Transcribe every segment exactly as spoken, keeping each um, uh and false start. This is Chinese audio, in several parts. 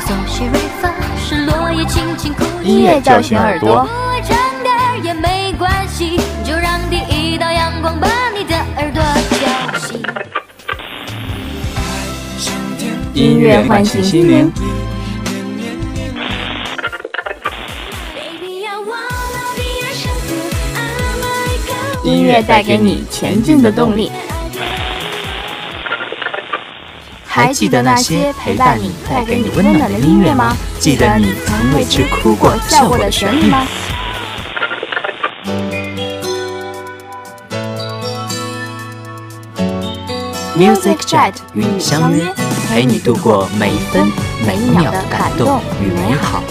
走些瑞发，是落叶轻轻哭泣。 音乐叫醒耳朵， 长点儿也没关系，就让第一道阳光把你的耳朵叫醒。 音乐唤醒心灵，音乐带给你前进的动力。还记得那些陪伴你、带给你温暖的音乐吗？记得你曾为之哭过、笑过的旋律吗？Music Jet 与你相约，陪你度过每一分每一秒的感动与美好。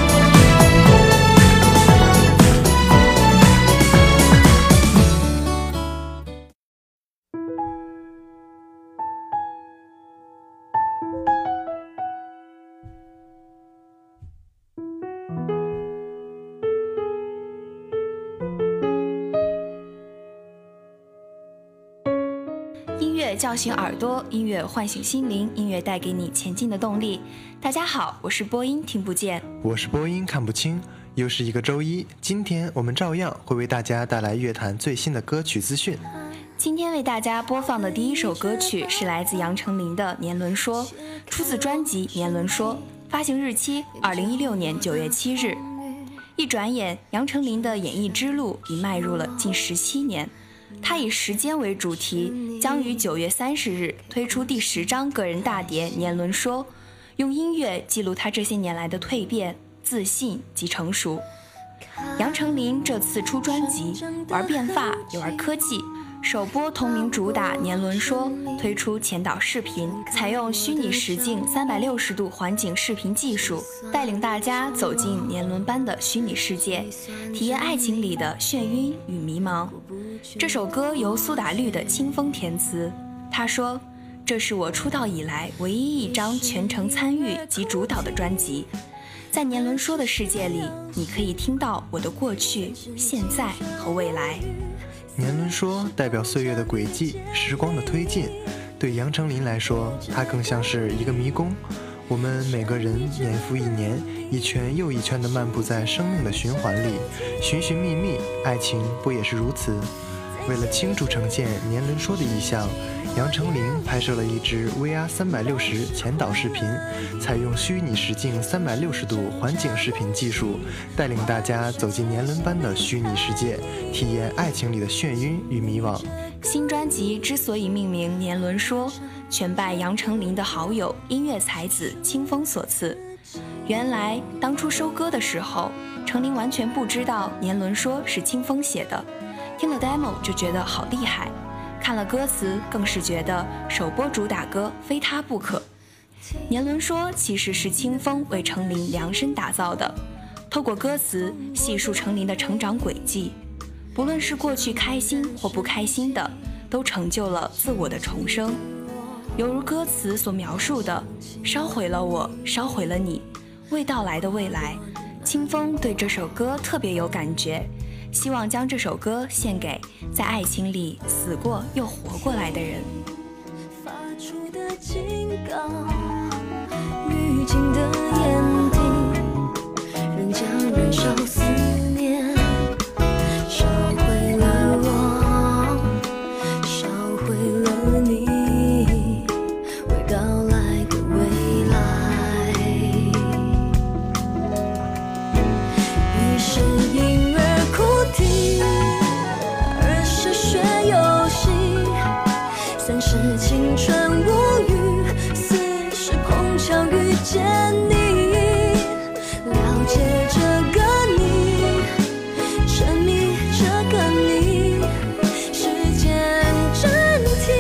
音乐叫醒耳朵，音乐唤醒心灵，音乐带给你前进的动力。大家好，我是播音听不见， 我是播音看不清。又是一个周一，今天我们照样会为大家带来乐坛最新的歌曲资讯。 今天为大家播放的第一首歌曲是来自杨丞琳的《年轮说》，出自专辑《年轮说》，发行日期二零一六年九月七日。一转眼，杨丞琳的演艺之路已迈入了近十七年。他以时间为主题，将于九月三十日推出第十张个人大碟《年轮说》，用音乐记录他这些年来的蜕变、自信及成熟。杨丞琳这次出专辑，玩变发也玩科技，首播同名主打《年轮说》，推出前导视频，采用虚拟实境三百六十度环景视频技术，带领大家走进年轮般的虚拟世界，体验爱情里的眩晕与迷茫。这首歌由苏打绿的清风填词，他说：“这是我出道以来唯一一张全程参与及主导的专辑。在年轮说的世界里，你可以听到我的过去、现在和未来。” 年轮说代表岁月的轨迹，时光的推进。对杨丞琳来说，它更像是一个迷宫。我们每个人年复一年，一圈又一圈地漫步在生命的循环里，寻寻觅觅，爱情不也是如此？为了清楚呈现年轮说的意象，杨丞琳拍摄了一支 V R 三百六十前导视频，采用虚拟实境三百六十度环景视频技术，带领大家走进年轮般的虚拟世界，体验爱情里的眩晕与迷惘。 新专辑之所以命名《年轮说》，全拜杨丞琳的好友音乐才子清风所赐。原来当初收歌的时候，丞琳完全不知道《年轮说》是清风写的，听了 demo 就觉得好厉害，看了歌词更是觉得首播主打歌非他不可。年轮说其实是清风为丞琳量身打造的，透过歌词细述丞琳的成长轨迹，不论是过去开心或不开心的，都成就了自我的重生。犹如歌词所描述的，烧毁了我，烧毁了你，未到来的未来。清风对这首歌特别有感觉，希望将这首歌献给在爱情里死过又活过来的人。 发出的警告，预警的眼底，仍将燃烧思念，烧毁了我，烧毁了你，未到来的未来。于是婴儿哭啼，二是学游戏，三是青春无语，四是碰巧遇见你，了解这个你，沉迷这个你，时间暂停，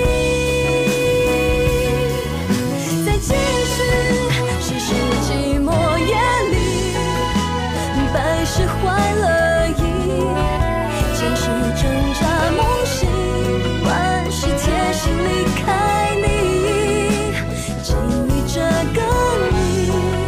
再继续是世纪末夜里，百事坏了意，前世挣扎梦醒，万事贴心离开你，基于这个你，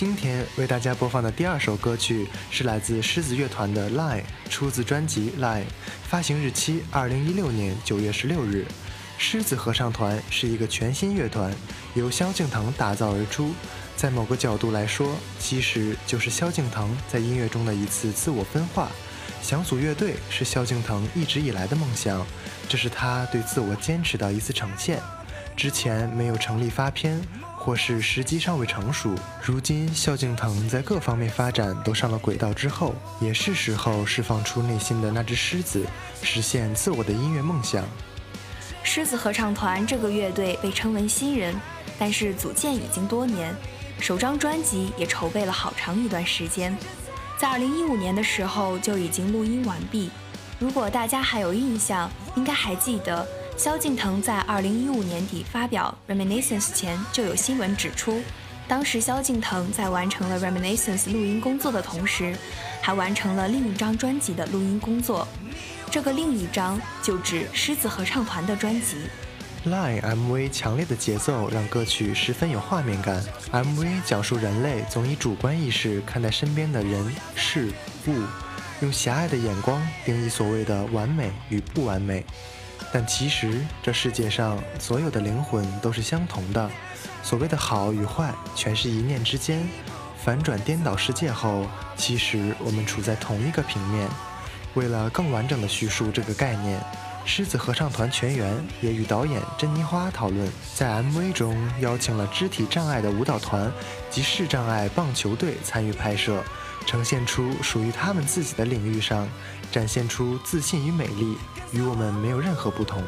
今天为大家播放的第二首歌曲是来自狮子乐团的《Lie》，出自专辑《Lie》，发行日期二零一六年九月十六日。狮子合唱团是一个全新乐团，由萧敬腾打造而出。在某个角度来说，其实就是萧敬腾在音乐中的一次自我分化。想组乐队是萧敬腾一直以来的梦想，这是他对自我坚持的一次呈现。之前没有成立发片，或是时机尚未成熟，如今萧敬腾在各方面发展都上了轨道之后，也是时候释放出内心的那只狮子，实现自我的音乐梦想。 狮子合唱团这个乐队被称为新人，但是组建已经多年，首张专辑也筹备了好长一段时间，在二零一五年的时候就已经录音完毕。如果大家还有印象，应该还记得萧敬腾在二零一五年底发表 Reminiscence 前就有新闻指出，当时萧敬腾在完成了 Reminiscence 录音工作的同时，还完成了另一张专辑的录音工作。这个另一张就指狮子合唱团的专辑。 Lie M V 强烈的节奏让歌曲十分有画面感。M V 讲述人类总以主观意识看待身边的人事物，用狭隘的眼光定义所谓的完美与不完美。但其实这世界上所有的灵魂都是相同的，所谓的好与坏全是一念之间。反转颠倒世界后，其实我们处在同一个平面。为了更完整的叙述这个概念，狮子合唱团全员也与导演珍妮花讨论，在 M V 中邀请了肢体障碍的舞蹈团及视障碍棒球队参与拍摄，呈现出属于他们自己的领域上，展现出自信与美丽，与我们没有任何不同。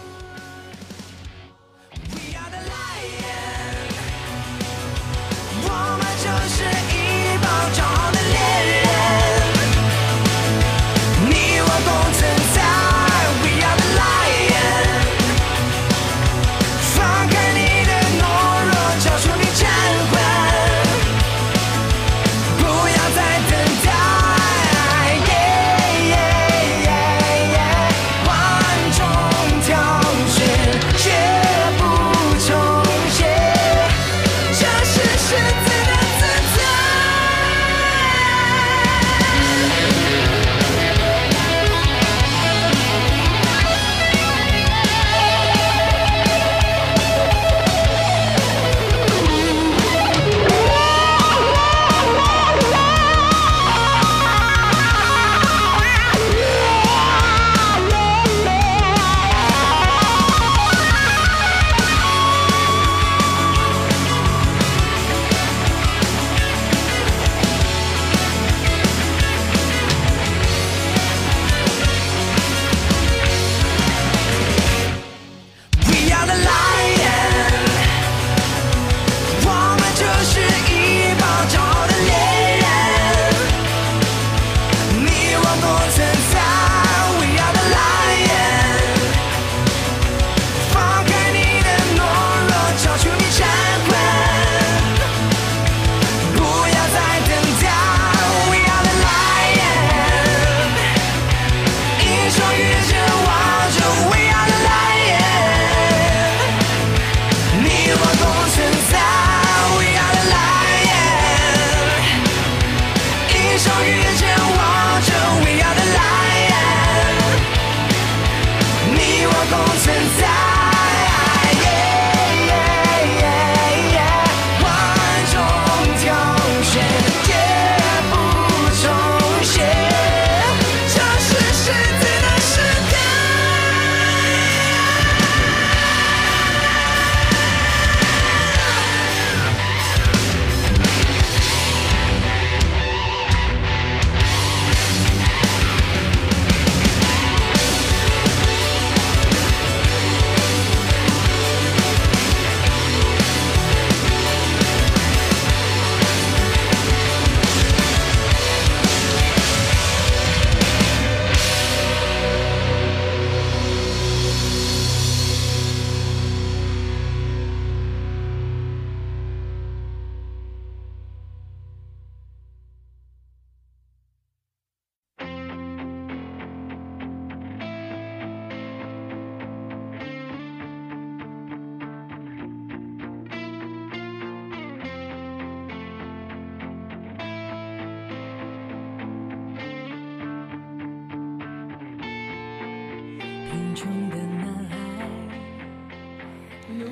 我们就是一帮骄傲的猎人，你我共存在 We are the lion， 放开你的懦弱，交出你真魂，不要再等待， yeah, yeah, yeah, yeah， 万众跳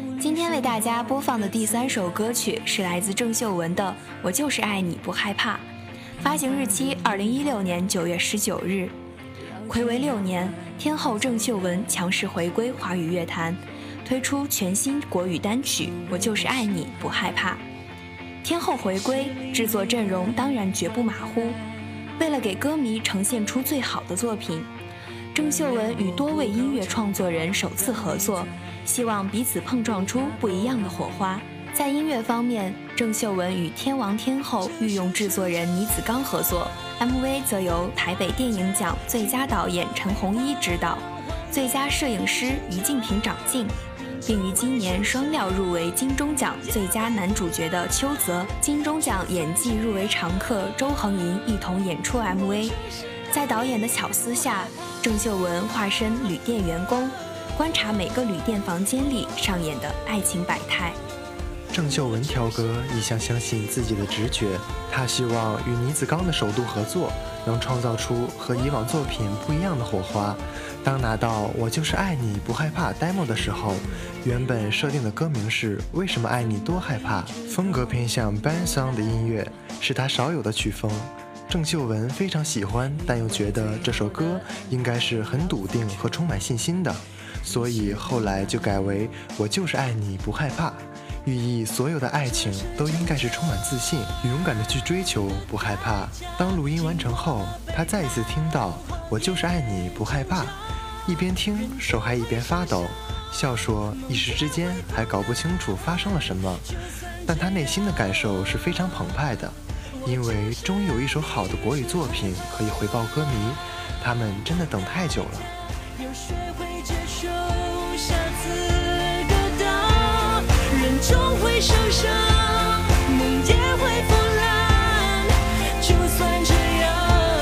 今天为大家播放的第三首歌曲是来自郑秀文的《我就是爱你不害怕》，发行日期二零一六年九月十九日。睽违六年，天后郑秀文强势回归华语乐坛，推出全新国语单曲《我就是爱你不害怕》。天后回归，制作阵容当然绝不马虎。为了给歌迷呈现出最好的作品，郑秀文与多位音乐创作人首次合作，希望彼此碰撞出不一样的火花。在音乐方面，郑秀文与天王天后御用制作人倪子刚合作， M V 则由台北电影奖最佳导演陈鸿一执导，最佳摄影师于静平掌镜，并于今年双料入围金钟奖最佳男主角的邱泽、金钟奖演技入围常客周恒莹一同演出 M V。 在导演的巧思下，郑秀文化身旅店员工，观察每个旅店房间里上演的爱情百态。 郑秀文挑歌一向相信自己的直觉，她希望与倪子刚的首度合作，能创造出和以往作品不一样的火花。当拿到《我就是爱你不害怕》demo 的时候，原本设定的歌名是《为什么爱你多害怕》，风格偏向 band song 的音乐，是她少有的曲风。郑秀文非常喜欢，但又觉得这首歌应该是很笃定和充满信心的，所以后来就改为《我就是爱你不害怕》，寓意所有的爱情都应该是充满自信，勇敢的去追求，不害怕。当录音完成后，他再一次听到我就是爱你不害怕，一边听手还一边发抖，笑说一时之间还搞不清楚发生了什么，但他内心的感受是非常澎湃的，因为终于有一首好的国语作品可以回报歌迷，他们真的等太久了。 要学会接受下次得到，人终会受伤，梦也会腐烂，就算这样，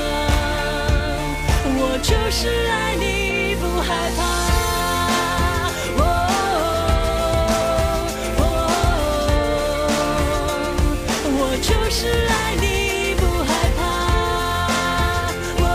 我就是爱你不害怕。就是爱你不害怕，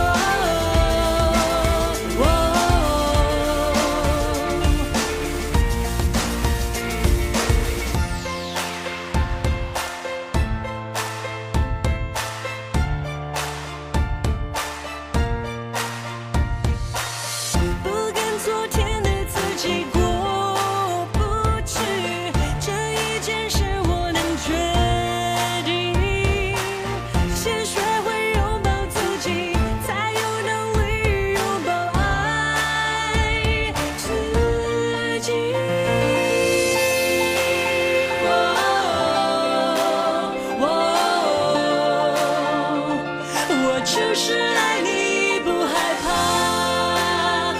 不跟昨天的自己过不去，这一件事我能决就是爱你不害怕，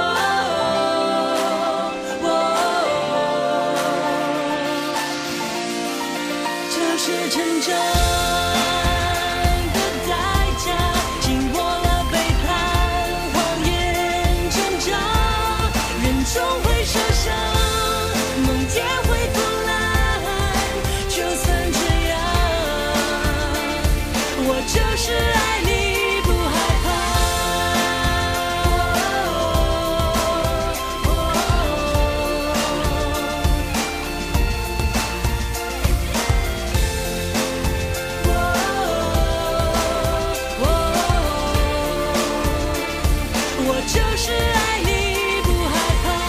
这是成长的代价，经过了背叛、谎言、挣扎，人终会受伤，梦也会腐烂，就算这样，我就是爱你。就是爱你不害怕。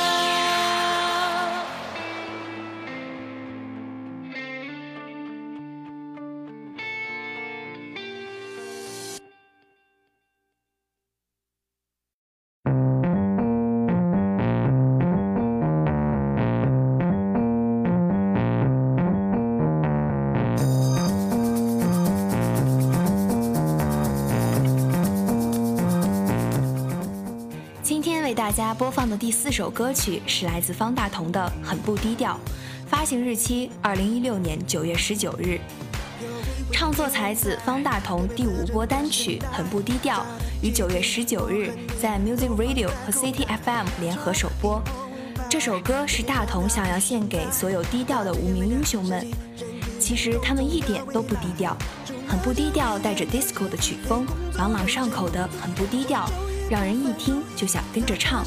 为大家播放的第四首歌曲是来自方大同的《很不低调》，发行日期二零一六年九月十九日。唱作才子方大同第五波单曲《很不低调》于九月十九日在 Music Radio 和 City F M 联合首播。这首歌是大同想要献给所有低调的无名英雄们。其实他们一点都不低调，很不低调，带着 disco 的曲风，朗朗上口的很不低调，让人一听就想跟着唱，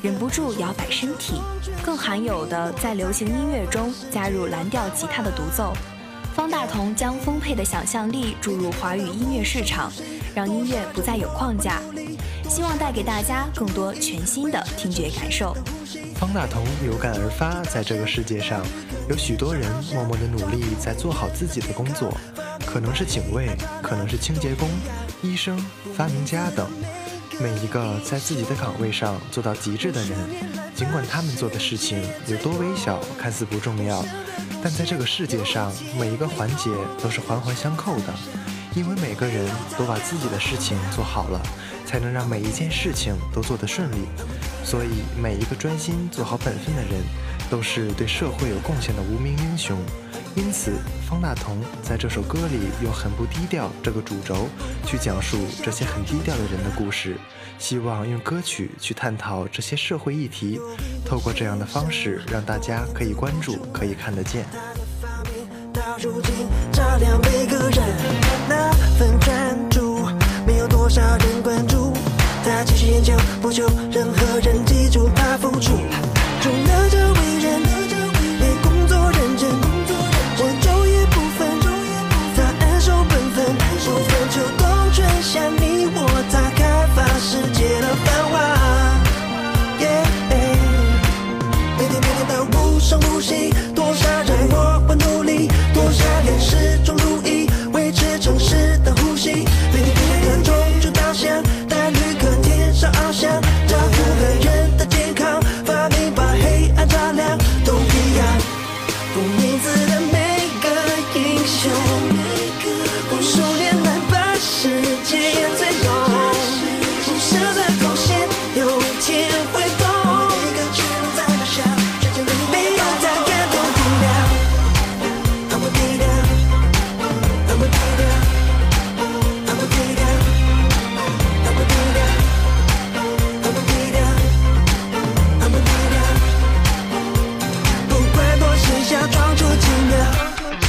忍不住摇摆身体，更罕有的在流行音乐中加入蓝调吉他的独奏。方大同将丰沛的想象力注入华语音乐市场，让音乐不再有框架，希望带给大家更多全新的听觉感受。 方大同有感而发，在这个世界上，有许多人默默地努力在做好自己的工作，可能是警卫，可能是清洁工、医生、发明家等。每一个在自己的岗位上做到极致的人，尽管他们做的事情有多微小，看似不重要，但在这个世界上，每一个环节都是环环相扣的，因为每个人都把自己的事情做好了，才能让每一件事情都做得顺利。所以每一个专心做好本分的人，都是对社会有贡献的无名英雄。因此方大同在这首歌里用很不低调这个主轴去讲述这些很低调的人的故事，希望用歌曲去探讨这些社会议题，透过这样的方式让大家可以关注，可以看得见。 到如今照亮每个人那份专注，没有多少人关注，他继续研究，不求任何人记住他付出，中了这为人也工作认真，我昼夜不分，他安守本分，不分秋冬春夏，你我他开发世界的繁华。每天每天的无声无息，多少人我我努力，多少人始终如一，维持城市的呼吸。每天每天的中途导向，带旅客天上翱翔，照顾个人的健康，发明把黑暗照亮，都一样。不名字的每个英雄，无数年来把世界最懂，不舍得贡献，有一天会懂。每个巨龙在发笑，没有他感动不了。I'm a leader, I'm a leader, I'm a leader, I'm a leader, I'm a leader, I'm a leader。不管多谁想装出奇妙。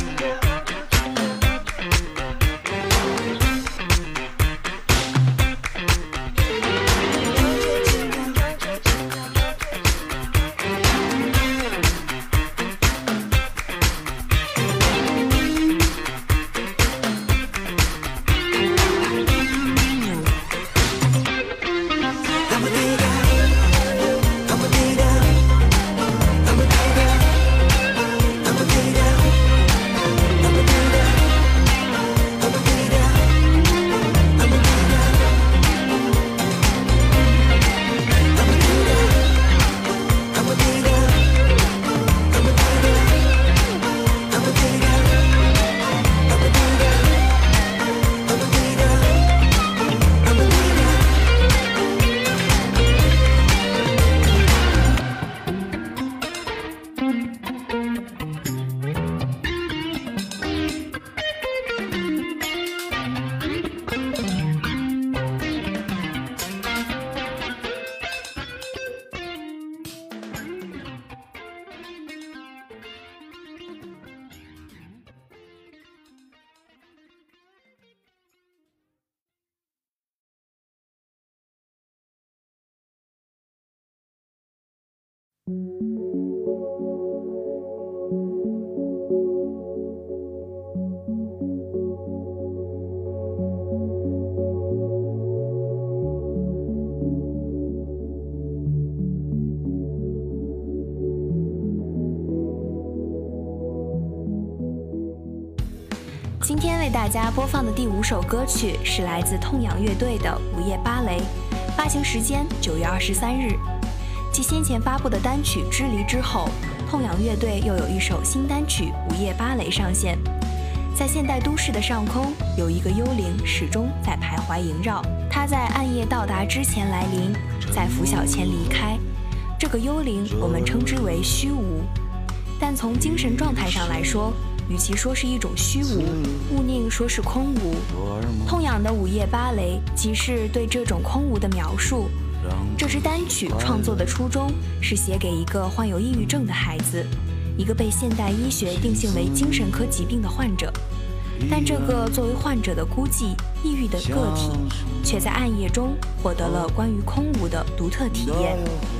今天为大家播放的第五首歌曲是来自痛仰乐队的《午夜芭蕾》，发行时间九月二十三日。继先前发布的单曲《支离》之后，痛仰乐队又有一首新单曲《午夜芭蕾》上线。在现代都市的上空，有一个幽灵始终在徘徊萦绕，它在暗夜到达之前来临，在拂晓前离开。这个幽灵我们称之为虚无，但从精神状态上来说，与其说是一种虚无，勿宁说是空无。痛仰的午夜芭蕾即是对这种空无的描述。这支单曲创作的初衷是写给一个患有抑郁症的孩子，一个被现代医学定性为精神科疾病的患者。但这个作为患者的孤寂、抑郁的个体，却在暗夜中获得了关于空无的独特体验。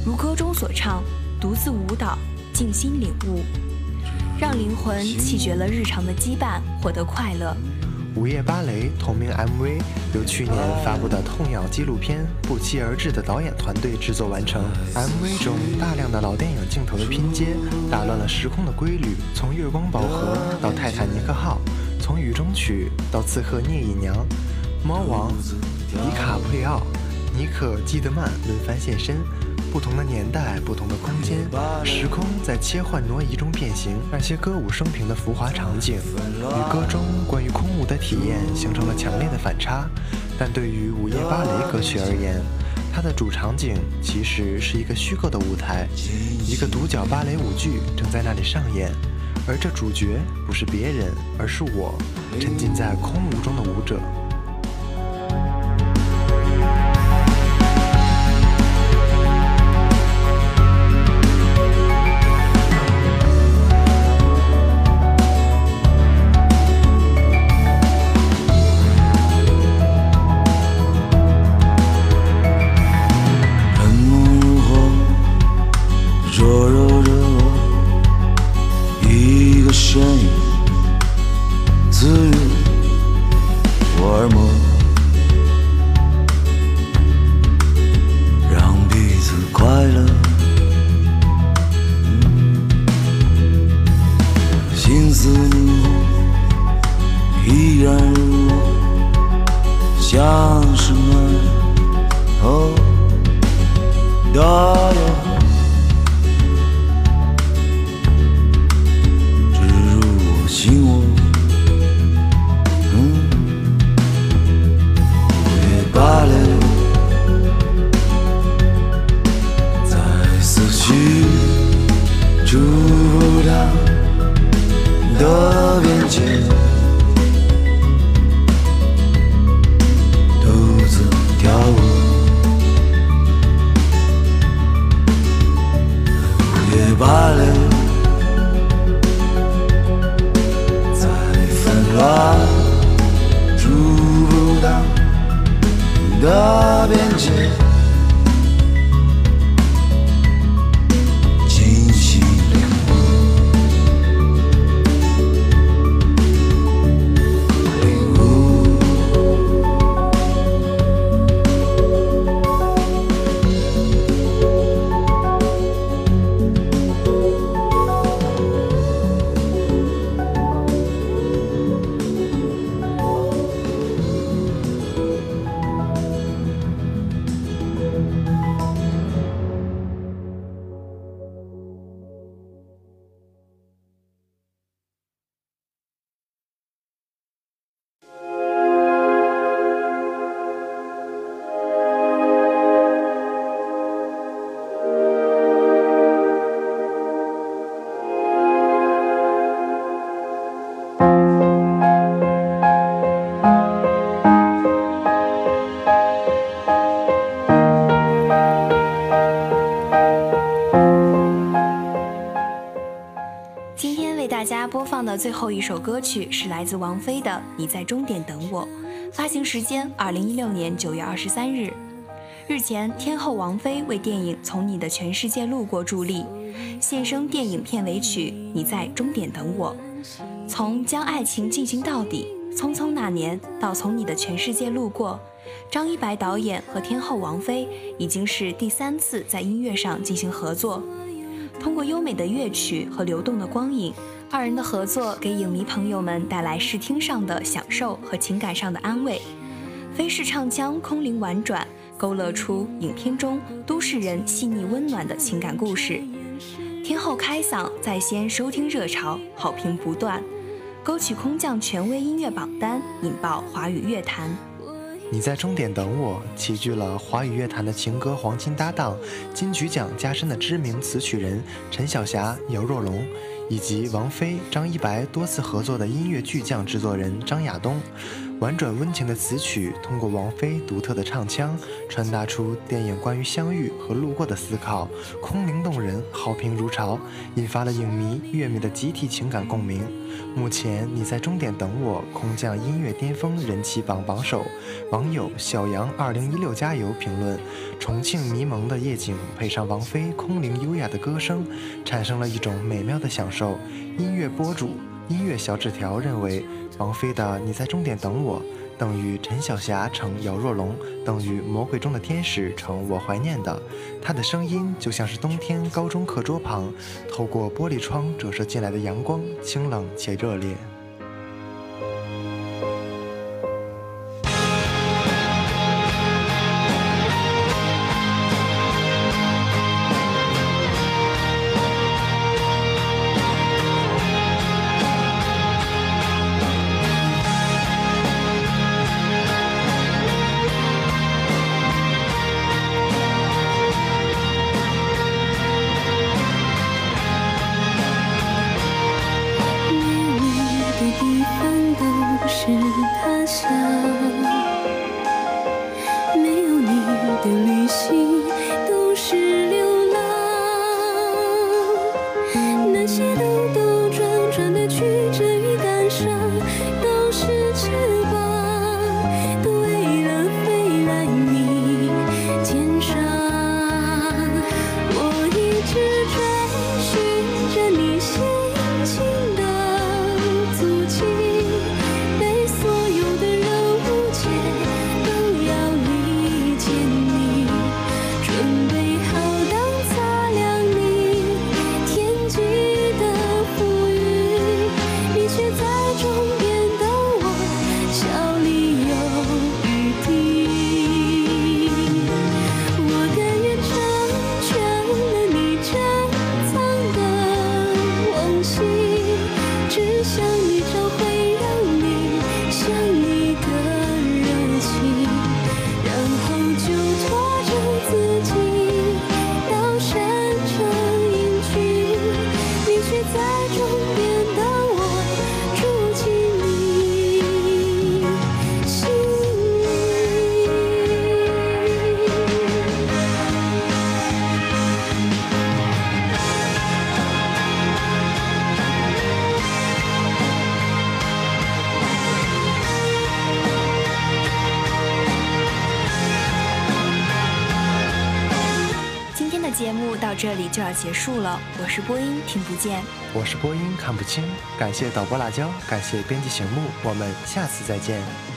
如歌中所唱，独自舞蹈，静心领悟，让灵魂弃绝了日常的羁绊，获得快乐。 午夜芭蕾同名 M V 由去年发布的痛痒纪录片不期而至的导演团队制作完成。M V 中大量的老电影镜头的拼接，打乱了时空的规律，从月光宝盒到泰坦尼克号，从雨中曲到刺客聂隐娘，猫王、迪卡普里奥、尼可基德曼轮番现身。不同的年代，不同的空间，时空在切换挪移中变形。那些歌舞升平的浮华场景，与歌中关于空无的体验形成了强烈的反差。但对于午夜芭蕾歌曲而言，它的主场景其实是一个虚构的舞台，一个独角芭蕾舞剧正在那里上演，而这主角不是别人，而是我，沉浸在空无中的舞者。 播放的最后一首歌曲是来自王菲的《你在终点等我》，发行时间二零一六年九月二十三日。日前，天后王菲为电影《从你的全世界路过》助力，献声电影片尾曲《你在终点等我》。从将爱情进行到底，匆匆那年到从你的全世界路过，张一白导演和天后王菲已经是第三次在音乐上进行合作。通过优美的乐曲和流动的光影，二人的合作给影迷朋友们带来视听上的享受和情感上的安慰。菲式唱腔空灵婉转，勾勒出影片中都市人细腻温暖的情感故事。天后开嗓在先收听热潮，好评不断，歌曲空降权威音乐榜单，引爆华语乐坛。 你在终点等我齐聚了华语乐坛的情歌黄金搭档，金曲奖加身的知名词曲人陈小霞、姚若龙，以及王菲、张一白多次合作的音乐巨匠制作人张亚东。 婉转温情的词曲通过王菲独特的唱腔，传达出电影关于相遇和路过的思考，空灵动人，好评如潮，引发了影迷、乐迷的集体情感共鸣。目前你在终点等我空降音乐巅峰人气榜榜首，网友小杨二零一六加油评论：重庆迷蒙的夜景配上王菲空灵优雅的歌声，产生了一种美妙的享受。音乐博主音乐小纸条认为，王菲的你在终点等我等于陈小霞乘姚若龙，等于魔鬼中的天使乘我怀念的。她的声音就像是冬天高中课桌旁透过玻璃窗折射进来的阳光，清冷且热烈。 节目到这里就要结束了，我是播音听不见， 我是播音看不清，感谢导播辣椒，感谢编辑醒目，我们下次再见。